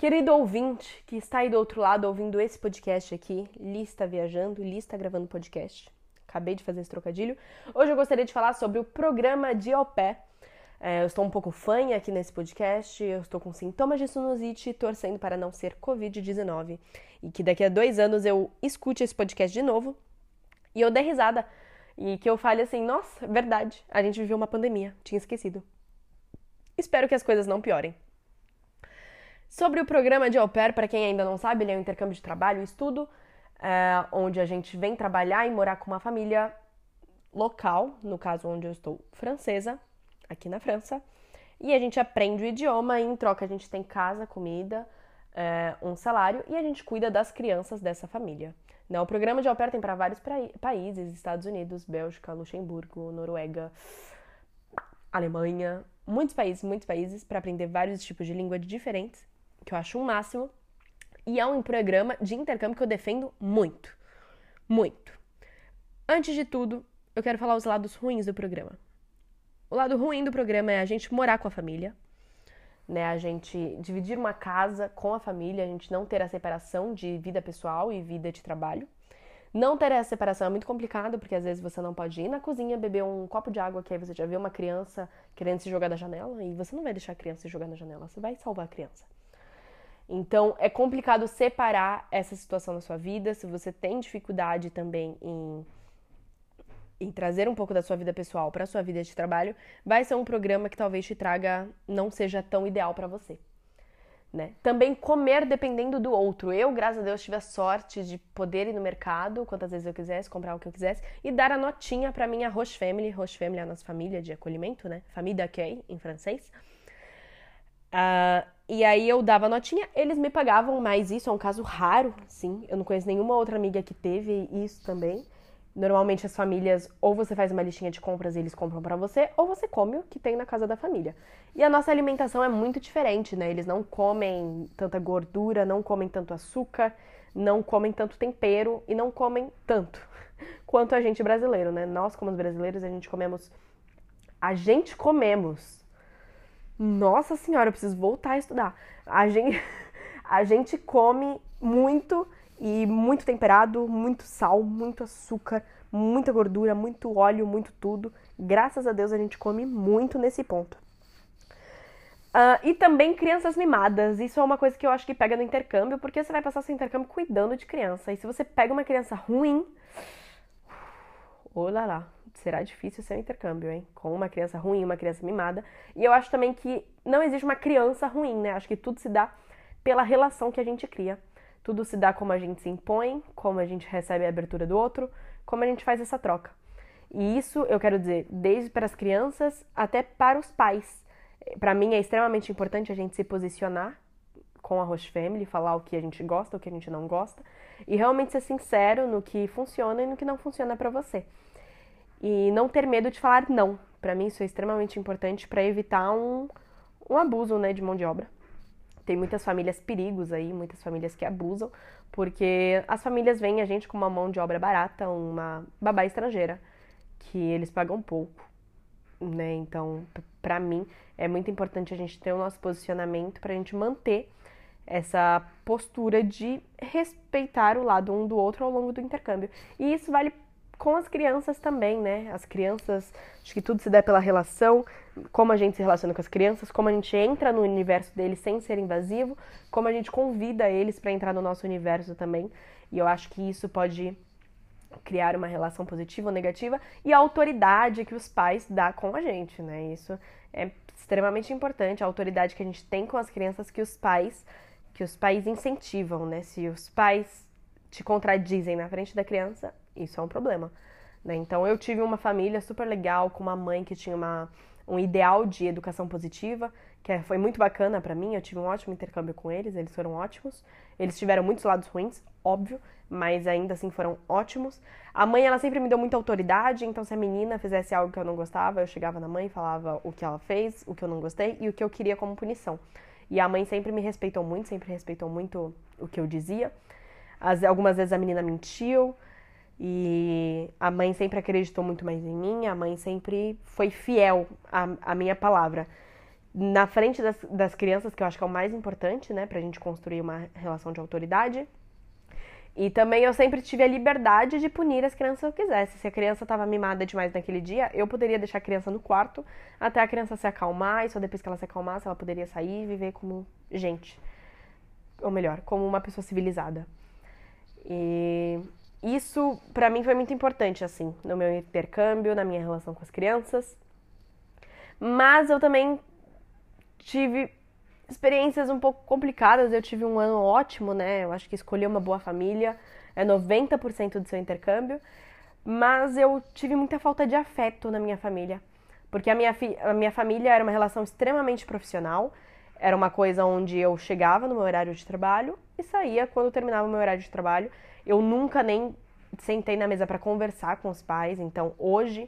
Querido ouvinte que está aí do outro lado ouvindo esse podcast aqui, Li está viajando, Li está gravando podcast. Acabei de fazer esse trocadilho. Hoje eu gostaria de falar sobre o programa de au pair. Eu estou um pouco fanha aqui nesse podcast, eu estou com sintomas de sinusite, torcendo para não ser Covid-19. E que daqui a 2 anos eu escute esse podcast de novo e eu dê risada. E que eu fale assim, nossa, verdade, a gente viveu uma pandemia, tinha esquecido. Espero que as coisas não piorem. Sobre o programa de au pair, para quem ainda não sabe, ele é um intercâmbio de trabalho e estudo, onde a gente vem trabalhar e morar com uma família local, no caso onde eu estou francesa, aqui na França, e a gente aprende o idioma e em troca a gente tem casa, comida, um salário e a gente cuida das crianças dessa família. O programa de au pair tem para vários países, Estados Unidos, Bélgica, Luxemburgo, Noruega, Alemanha, muitos países, para aprender vários tipos de língua diferentes, que eu acho um máximo. E é um programa de intercâmbio que eu defendo muito. Muito. Antes de tudo, eu quero falar os lados ruins do programa. O lado ruim do programa é a gente morar com a família, né? A gente dividir uma casa com a família, a gente não ter a separação de vida pessoal e vida de trabalho. Não ter essa separação é muito complicado, porque às vezes você não pode ir na cozinha beber um copo de água, que aí você já vê uma criança querendo se jogar da janela, e você não vai deixar a criança se jogar na janela, você vai salvar a criança. Então, é complicado separar essa situação da sua vida. Se você tem dificuldade também em trazer um pouco da sua vida pessoal para a sua vida de trabalho, vai ser um programa que talvez te traga, não seja tão ideal para você. Né? Também comer dependendo do outro. Eu, graças a Deus, tive a sorte de poder ir no mercado quantas vezes eu quisesse, comprar o que eu quisesse e dar a notinha para minha Roche Family. Roche Family é a nossa família de acolhimento, né? Famille d'accueil, em francês. E aí eu dava notinha, eles me pagavam, mas isso é um caso raro, sim. Eu não conheço nenhuma outra amiga que teve isso também. Normalmente as famílias, ou você faz uma listinha de compras e eles compram pra você, ou você come o que tem na casa da família. E a nossa alimentação é muito diferente, né? Eles não comem tanta gordura, não comem tanto açúcar, não comem tanto tempero e não comem tanto quanto a gente brasileiro, né? Nós, como os brasileiros, a gente comemos. Nossa senhora, eu preciso voltar a estudar. A gente come muito e muito temperado, muito sal, muito açúcar, muita gordura, muito óleo, muito tudo. Graças a Deus a gente come muito nesse ponto. E também crianças mimadas. Isso é uma coisa que eu acho que pega no intercâmbio, porque você vai passar seu intercâmbio cuidando de criança. E se você pega uma criança ruim, olá, será difícil ser um intercâmbio, hein? Com uma criança ruim, uma criança mimada. E eu acho também que não existe uma criança ruim, né? Acho que tudo se dá pela relação que a gente cria. Tudo se dá como a gente se impõe, como a gente recebe a abertura do outro, como a gente faz essa troca. E isso, eu quero dizer, desde para as crianças até para os pais. Para mim é extremamente importante a gente se posicionar com a Roche Family, falar o que a gente gosta, o que a gente não gosta, e realmente ser sincero no que funciona e no que não funciona para você. E não ter medo de falar não. Para mim isso é extremamente importante para evitar um abuso, né, de mão de obra. Tem muitas famílias perigos aí, muitas famílias que abusam, porque as famílias veem a gente com uma mão de obra barata, uma babá estrangeira, que eles pagam pouco, né? Então, pra mim, é muito importante a gente ter o nosso posicionamento pra gente manter essa postura de respeitar o lado um do outro ao longo do intercâmbio. E isso vale com as crianças também, né? As crianças, acho que tudo se dá pela relação, como a gente se relaciona com as crianças, como a gente entra no universo deles sem ser invasivo, como a gente convida eles para entrar no nosso universo também. E eu acho que isso pode criar uma relação positiva ou negativa, e a autoridade que os pais dão com a gente, né? Isso é extremamente importante, a autoridade que a gente tem com as crianças que os pais incentivam, né? Se os pais te contradizem na frente da criança, isso é um problema, né? Então eu tive uma família super legal, com uma mãe que tinha um ideal de educação positiva, que foi muito bacana pra mim. Eu tive um ótimo intercâmbio com eles foram ótimos. Eles tiveram muitos lados ruins, óbvio, mas ainda assim foram ótimos. A mãe, ela sempre me deu muita autoridade, então se a menina fizesse algo que eu não gostava, eu chegava na mãe e falava o que ela fez, o que eu não gostei e o que eu queria como punição. E a mãe sempre me respeitou muito, sempre respeitou muito o que eu dizia. Algumas vezes a menina mentiu, e a mãe sempre acreditou muito mais em mim, a mãe sempre foi fiel à minha palavra. na frente das crianças, que eu acho que é o mais importante, né, pra gente construir uma relação de autoridade. E também eu sempre tive a liberdade de punir as crianças se eu quisesse. Se a criança estava mimada demais naquele dia, eu poderia deixar a criança no quarto até a criança se acalmar, e só depois que ela se acalmasse, ela poderia sair e viver como gente. Ou melhor, como uma pessoa civilizada. E isso, pra mim, foi muito importante, assim, no meu intercâmbio, na minha relação com as crianças. Mas eu também tive experiências um pouco complicadas. Eu tive um ano ótimo, né? Eu acho que escolher uma boa família é 90% do seu intercâmbio. Mas eu tive muita falta de afeto na minha família. Porque a minha família era uma relação extremamente profissional. Era uma coisa onde eu chegava no meu horário de trabalho e saía quando terminava o meu horário de trabalho. Eu nunca nem sentei na mesa para conversar com os pais. Então, hoje,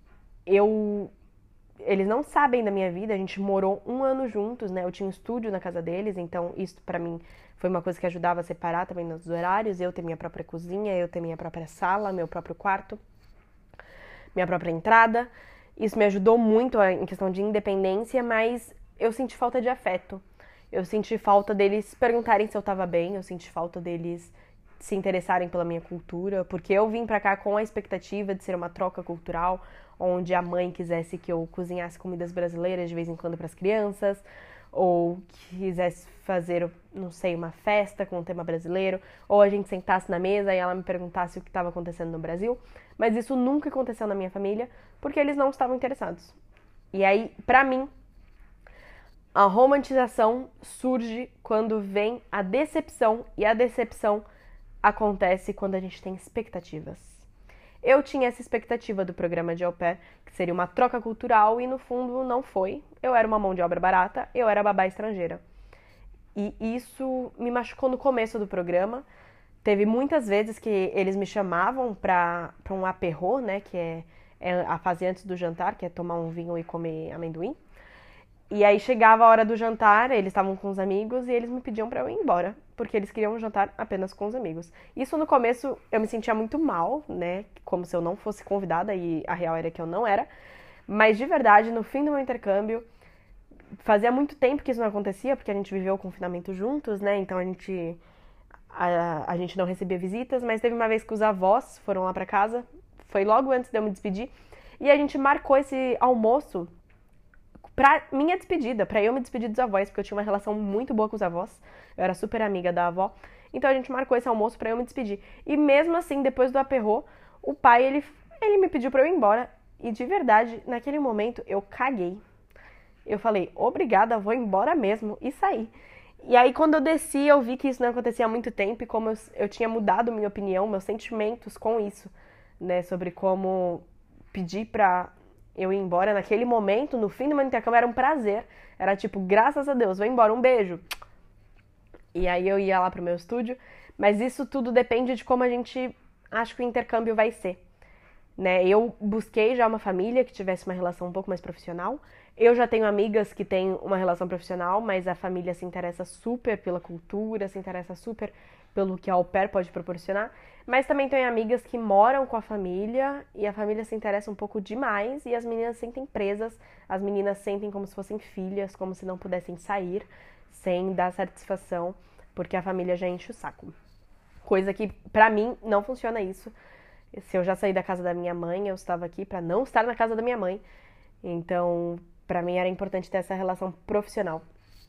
eles não sabem da minha vida. A gente morou um ano juntos, né? Eu tinha um estúdio na casa deles, então isso pra mim foi uma coisa que ajudava a separar também nos horários. Eu ter minha própria cozinha, eu ter minha própria sala, meu próprio quarto, minha própria entrada. Isso me ajudou muito em questão de independência, mas eu senti falta de afeto. Eu senti falta deles perguntarem se eu tava bem, eu senti falta deles se interessarem pela minha cultura, porque eu vim pra cá com a expectativa de ser uma troca cultural, onde a mãe quisesse que eu cozinhasse comidas brasileiras de vez em quando para as crianças, ou quisesse fazer, não sei, uma festa com um tema brasileiro, ou a gente sentasse na mesa e ela me perguntasse o que estava acontecendo no Brasil. Mas isso nunca aconteceu na minha família, porque eles não estavam interessados. E aí, pra mim, a romantização surge quando vem a decepção, e a decepção acontece quando a gente tem expectativas. Eu tinha essa expectativa do programa de au pair, que seria uma troca cultural, e no fundo não foi. Eu era uma mão de obra barata, eu era babá estrangeira. E isso me machucou no começo do programa. Teve muitas vezes que eles me chamavam para um apéro, né, que é a fase antes do jantar, que é tomar um vinho e comer amendoim. E aí chegava a hora do jantar, eles estavam com os amigos e eles me pediam pra eu ir embora, porque eles queriam jantar apenas com os amigos. Isso no começo eu me sentia muito mal, né, como se eu não fosse convidada, e a real era que eu não era. Mas de verdade, no fim do meu intercâmbio, fazia muito tempo que isso não acontecia, porque a gente viveu o confinamento juntos, né, então a gente não recebia visitas, mas teve uma vez que os avós foram lá pra casa, foi logo antes de eu me despedir, e a gente marcou esse almoço pra minha despedida, pra eu me despedir dos avós, porque eu tinha uma relação muito boa com os avós, eu era super amiga da avó, então a gente marcou esse almoço pra eu me despedir. E mesmo assim, depois do apéro, o pai, ele me pediu pra eu ir embora, e de verdade, naquele momento, eu caguei. Eu falei, obrigada, vou embora mesmo, e saí. E aí, quando eu desci, eu vi que isso não acontecia há muito tempo, e como eu tinha mudado minha opinião, meus sentimentos com isso, né, sobre como pedir pra eu ir embora naquele momento, no fim do meu intercâmbio, era um prazer. Era tipo, graças a Deus, vou embora, um beijo. E aí eu ia lá pro meu estúdio. Mas isso tudo depende de como a gente acha que o intercâmbio vai ser, né? Eu busquei já uma família que tivesse uma relação um pouco mais profissional. Eu já tenho amigas que têm uma relação profissional, mas a família se interessa super pela cultura, se interessa super pelo que a au pair pode proporcionar. Mas também tenho amigas que moram com a família e a família se interessa um pouco demais e as meninas se sentem presas, as meninas sentem como se fossem filhas, como se não pudessem sair sem dar satisfação, porque a família já enche o saco. Coisa que, pra mim, não funciona isso. Se eu já saí da casa da minha mãe, eu estava aqui pra não estar na casa da minha mãe. Então, pra mim era importante ter essa relação profissional.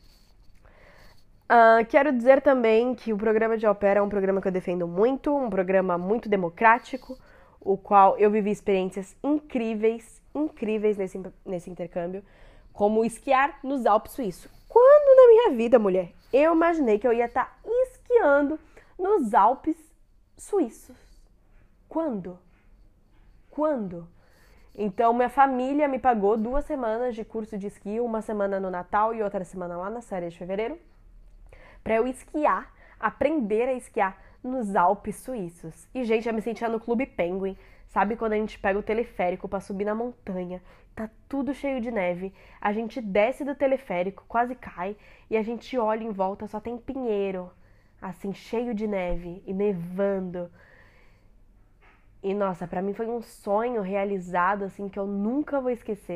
Quero dizer também que o programa de au pair é um programa que eu defendo muito, um programa muito democrático, o qual eu vivi experiências incríveis nesse intercâmbio, como esquiar nos Alpes suíços. Quando na minha vida, mulher, eu imaginei que eu ia estar esquiando nos Alpes suíços? Quando? Então, minha família me pagou 2 semanas de curso de esqui, uma semana no Natal e outra semana lá nas férias de fevereiro, pra eu esquiar, aprender a esquiar nos Alpes suíços. E, gente, eu me sentia no Clube Penguin. Sabe quando a gente pega o teleférico pra subir na montanha, tá tudo cheio de neve, a gente desce do teleférico, quase cai, e a gente olha em volta, só tem pinheiro, assim, cheio de neve e nevando. E, nossa, pra mim foi um sonho realizado, assim, que eu nunca vou esquecer.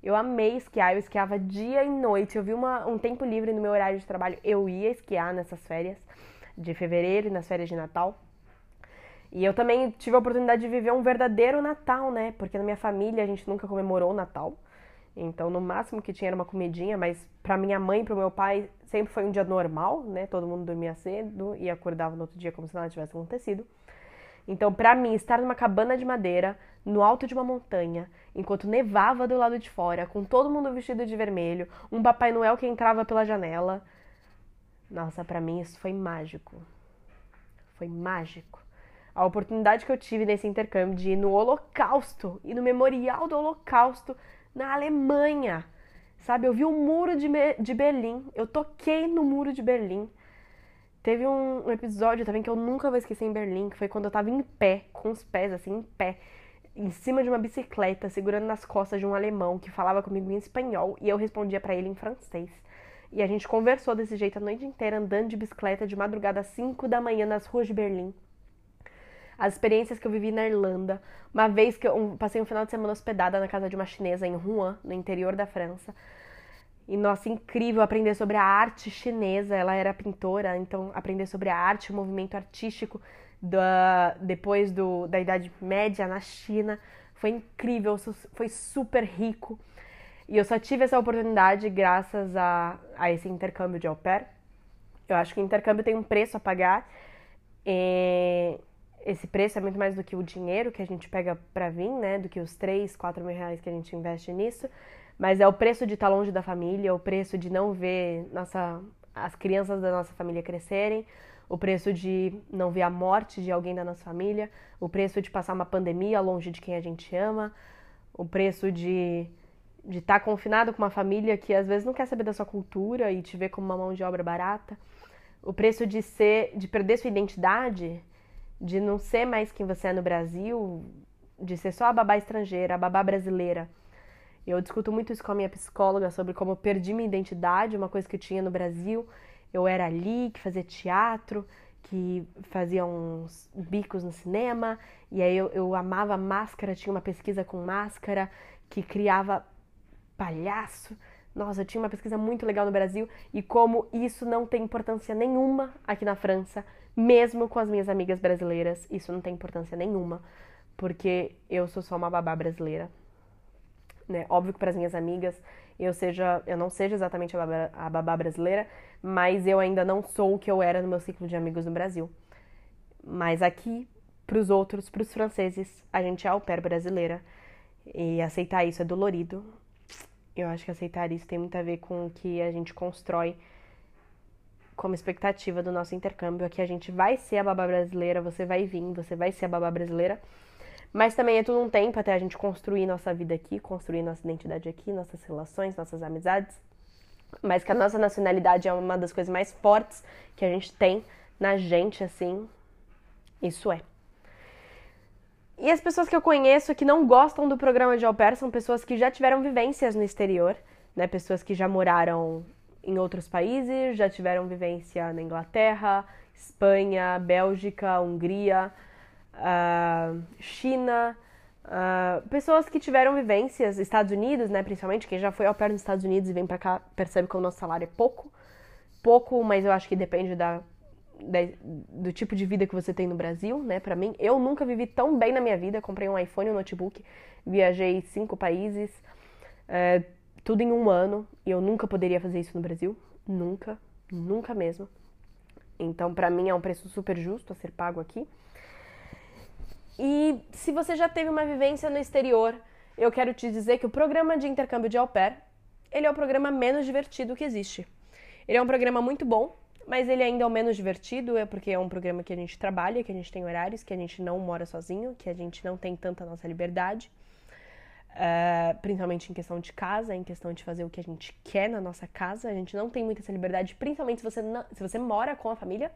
Eu amei esquiar, eu esquiava dia e noite. Eu vi um tempo livre no meu horário de trabalho, eu ia esquiar nessas férias de fevereiro e nas férias de Natal. E eu também tive a oportunidade de viver um verdadeiro Natal, né? Porque na minha família a gente nunca comemorou o Natal. Então, no máximo que tinha era uma comidinha, mas pra minha mãe e pro meu pai sempre foi um dia normal, né? Todo mundo dormia cedo e acordava no outro dia como se nada tivesse acontecido. Então, pra mim, estar numa cabana de madeira, no alto de uma montanha, enquanto nevava do lado de fora, com todo mundo vestido de vermelho, um Papai Noel que entrava pela janela. Nossa, pra mim isso foi mágico. Foi mágico. A oportunidade que eu tive nesse intercâmbio de ir no Holocausto e no Memorial do Holocausto na Alemanha. Sabe, eu vi o muro de Berlim, eu toquei no muro de Berlim. Teve um episódio também que eu nunca vou esquecer em Berlim, que foi quando eu tava em pé, com os pés assim, em pé, em cima de uma bicicleta, segurando nas costas de um alemão que falava comigo em espanhol e eu respondia pra ele em francês. E a gente conversou desse jeito a noite inteira, andando de bicicleta de madrugada às 5 da manhã nas ruas de Berlim. As experiências que eu vivi na Irlanda, uma vez que eu passei um final de semana hospedada na casa de uma chinesa em Rouen, no interior da França. E, nossa, incrível aprender sobre a arte chinesa. Ela era pintora, então aprender sobre a arte, o movimento artístico depois da Idade Média na China. Foi incrível, foi super rico. E eu só tive essa oportunidade graças a esse intercâmbio de au pair. Eu acho que o intercâmbio tem um preço a pagar. Esse preço é muito mais do que o dinheiro que a gente pega pra vir, né? Do que os 3, 4 mil reais que a gente investe nisso. Mas é o preço de estar longe da família, o preço de não ver as crianças da nossa família crescerem, o preço de não ver a morte de alguém da nossa família, o preço de passar uma pandemia longe de quem a gente ama, o preço de estar confinado com uma família que às vezes não quer saber da sua cultura e te vê como uma mão de obra barata, o preço de perder sua identidade, de não ser mais quem você é no Brasil, de ser só a babá estrangeira, a babá brasileira. Eu discuto muito isso com a minha psicóloga sobre como eu perdi minha identidade, uma coisa que eu tinha no Brasil. Eu era ali, que fazia teatro, que fazia uns bicos no cinema, e aí eu amava máscara, tinha uma pesquisa com máscara, que criava palhaço. Nossa, eu tinha uma pesquisa muito legal no Brasil, e como isso não tem importância nenhuma aqui na França, mesmo com as minhas amigas brasileiras, isso não tem importância nenhuma, porque eu sou só uma babá brasileira. Né? Óbvio que para as minhas amigas eu não seja exatamente a babá brasileira, mas eu ainda não sou o que eu era no meu ciclo de amigos no Brasil. Mas aqui, para os outros, para os franceses, a gente é au pair brasileira. E aceitar isso é dolorido. Eu acho que aceitar isso tem muito a ver com o que a gente constrói como expectativa do nosso intercâmbio. Aqui a gente vai ser a babá brasileira, você vai vir, você vai ser a babá brasileira. Mas também é tudo um tempo até a gente construir nossa vida aqui, construir nossa identidade aqui, nossas relações, nossas amizades. Mas que a nossa nacionalidade é uma das coisas mais fortes que a gente tem na gente, assim, isso é. E as pessoas que eu conheço que não gostam do programa de au pair são pessoas que já tiveram vivências no exterior, né? Pessoas que já moraram em outros países, já tiveram vivência na Inglaterra, Espanha, Bélgica, Hungria, China, pessoas que tiveram vivências, Estados Unidos, né, principalmente, quem já foi au pair nos Estados Unidos e vem pra cá percebe que o nosso salário é pouco, mas eu acho que depende do tipo de vida que você tem no Brasil, né, pra mim. Eu nunca vivi tão bem na minha vida, comprei um iPhone e um notebook, viajei 5 países, tudo em um ano, e eu nunca poderia fazer isso no Brasil, nunca mesmo. Então, pra mim é um preço super justo a ser pago aqui. E se você já teve uma vivência no exterior, eu quero te dizer que o programa de intercâmbio de au pair, ele é o programa menos divertido que existe. Ele é um programa muito bom, mas ele ainda é o menos divertido, porque é um programa que a gente trabalha, que a gente tem horários, que a gente não mora sozinho, que a gente não tem tanta nossa liberdade, principalmente em questão de casa, em questão de fazer o que a gente quer na nossa casa. A gente não tem muita essa liberdade, principalmente se você mora com a família.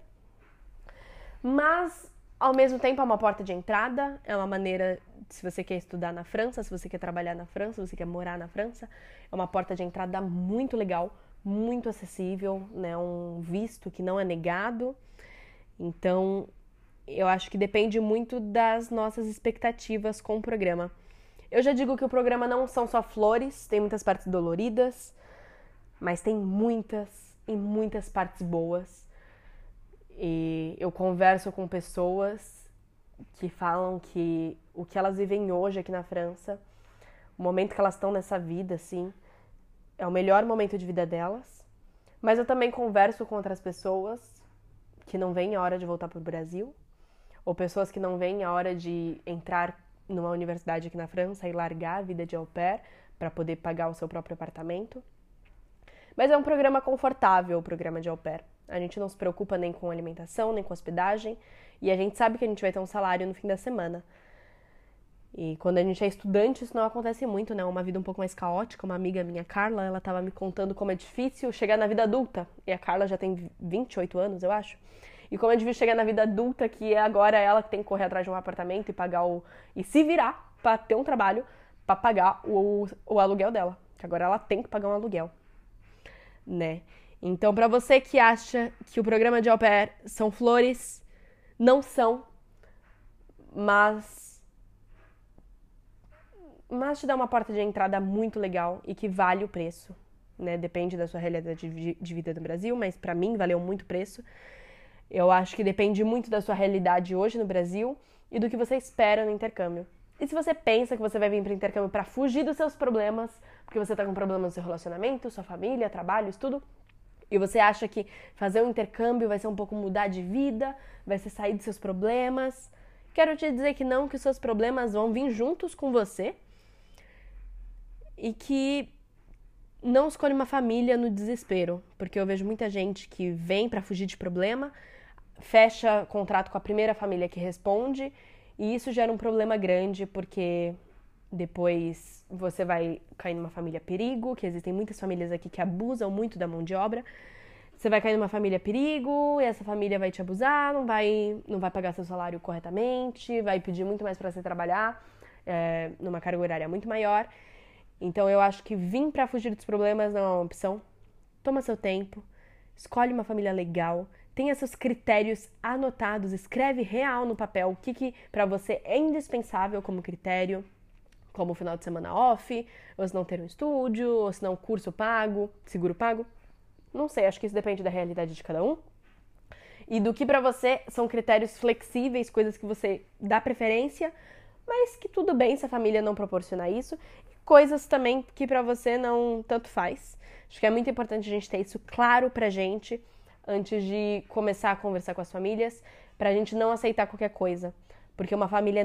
Mas ao mesmo tempo é uma porta de entrada, é uma maneira, se você quer estudar na França, se você quer trabalhar na França, se você quer morar na França, é uma porta de entrada muito legal, muito acessível, né? Um visto que não é negado. Então, eu acho que depende muito das nossas expectativas com o programa. Eu já digo que o programa não são só flores, tem muitas partes doloridas, mas tem muitas e muitas partes boas. E eu converso com pessoas que falam que o que elas vivem hoje aqui na França, o momento que elas estão nessa vida, assim, é o melhor momento de vida delas. Mas eu também converso com outras pessoas que não veem a hora de voltar para o Brasil, ou pessoas que não veem a hora de entrar numa universidade aqui na França e largar a vida de au pair para poder pagar o seu próprio apartamento. Mas é um programa confortável, o programa de au pair. A gente não se preocupa nem com alimentação, nem com hospedagem, e a gente sabe que a gente vai ter um salário no fim da semana. E quando a gente é estudante, isso não acontece muito, né? Uma vida um pouco mais caótica. Uma amiga minha, Carla, ela tava me contando como é difícil chegar na vida adulta. E a Carla já tem 28 anos, eu acho. E como é difícil chegar na vida adulta, que agora é ela que tem que correr atrás de um apartamento e pagar e se virar pra ter um trabalho pra pagar o aluguel dela. Que agora ela tem que pagar um aluguel, né? Então, pra você que acha que o programa de au pair são flores, não são, mas te dá uma porta de entrada muito legal e que vale o preço, né? Depende da sua realidade de vida no Brasil, mas pra mim valeu muito o preço. Eu acho que depende muito da sua realidade hoje no Brasil e do que você espera no intercâmbio. E se você pensa que você vai vir para o intercâmbio para fugir dos seus problemas, porque você tá com problemas no seu relacionamento, sua família, trabalho, estudo, e você acha que fazer um intercâmbio vai ser um pouco mudar de vida, vai ser sair dos seus problemas, quero te dizer que não, que os seus problemas vão vir juntos com você e que não escolhe uma família no desespero, porque eu vejo muita gente que vem para fugir de problema, fecha contrato com a primeira família que responde, e isso gera um problema grande, porque depois você vai cair numa família perigo, que existem muitas famílias aqui que abusam muito da mão de obra. Você vai cair numa família perigo, e essa família vai te abusar, não vai pagar seu salário corretamente, vai pedir muito mais para você trabalhar, numa carga horária muito maior. Então eu acho que vir para fugir dos problemas não é uma opção. Toma seu tempo, escolhe uma família legal, tenha seus critérios anotados, escreve real no papel o que para você é indispensável como critério, como o final de semana off, ou se não ter um estúdio, ou se não curso pago, seguro pago. Não sei, acho que isso depende da realidade de cada um. E do que pra você são critérios flexíveis, coisas que você dá preferência, mas que tudo bem se a família não proporcionar isso. E coisas também que pra você não tanto faz. Acho que é muito importante a gente ter isso claro pra gente antes de começar a conversar com as famílias, pra gente não aceitar qualquer coisa. Porque uma família é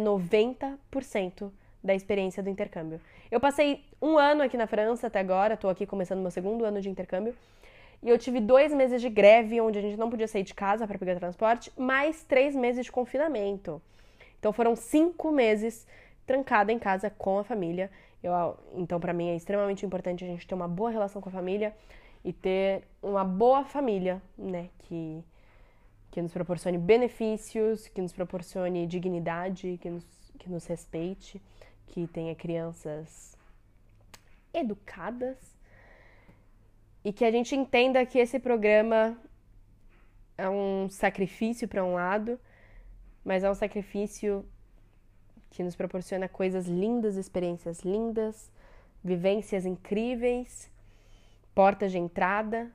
90% da experiência do intercâmbio. Eu passei 1 ano aqui na França até agora, tô aqui começando meu 2º ano de intercâmbio, e eu tive 2 meses de greve, onde a gente não podia sair de casa para pegar transporte, mais 3 meses de confinamento. Então foram 5 meses trancada em casa com a família. Então pra mim é extremamente importante a gente ter uma boa relação com a família e ter uma boa família, né, que nos proporcione benefícios, que nos proporcione dignidade, que nos respeite, que tenha crianças educadas e que a gente entenda que esse programa é um sacrifício para um lado, mas é um sacrifício que nos proporciona coisas lindas, experiências lindas, vivências incríveis, portas de entrada,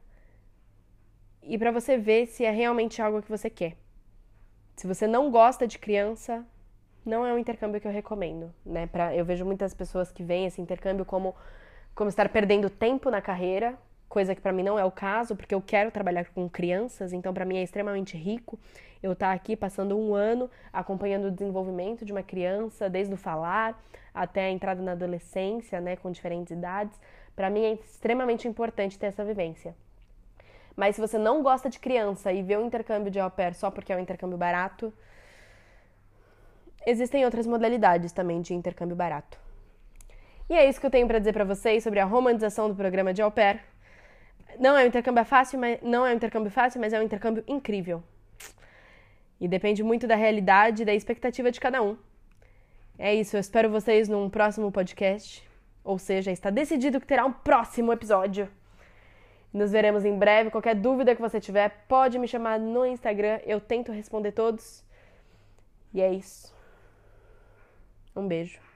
e para você ver se é realmente algo que você quer. Se você não gosta de criança, não é um intercâmbio que eu recomendo, né? Eu vejo muitas pessoas que veem esse intercâmbio como estar perdendo tempo na carreira, coisa que pra mim não é o caso, porque eu quero trabalhar com crianças, então pra mim é extremamente rico eu estar aqui passando 1 ano acompanhando o desenvolvimento de uma criança, desde o falar até a entrada na adolescência, né, com diferentes idades. Pra mim é extremamente importante ter essa vivência. Mas se você não gosta de criança e vê um intercâmbio de au pair só porque é um intercâmbio barato, existem outras modalidades também de intercâmbio barato. E é isso que eu tenho pra dizer pra vocês sobre a romantização do programa de au pair. Não é um intercâmbio fácil, mas é um intercâmbio incrível. E depende muito da realidade e da expectativa de cada um. É isso, eu espero vocês num próximo podcast. Ou seja, está decidido que terá um próximo episódio. Nos veremos em breve. Qualquer dúvida que você tiver, pode me chamar no Instagram. Eu tento responder todos. E é isso. Um beijo.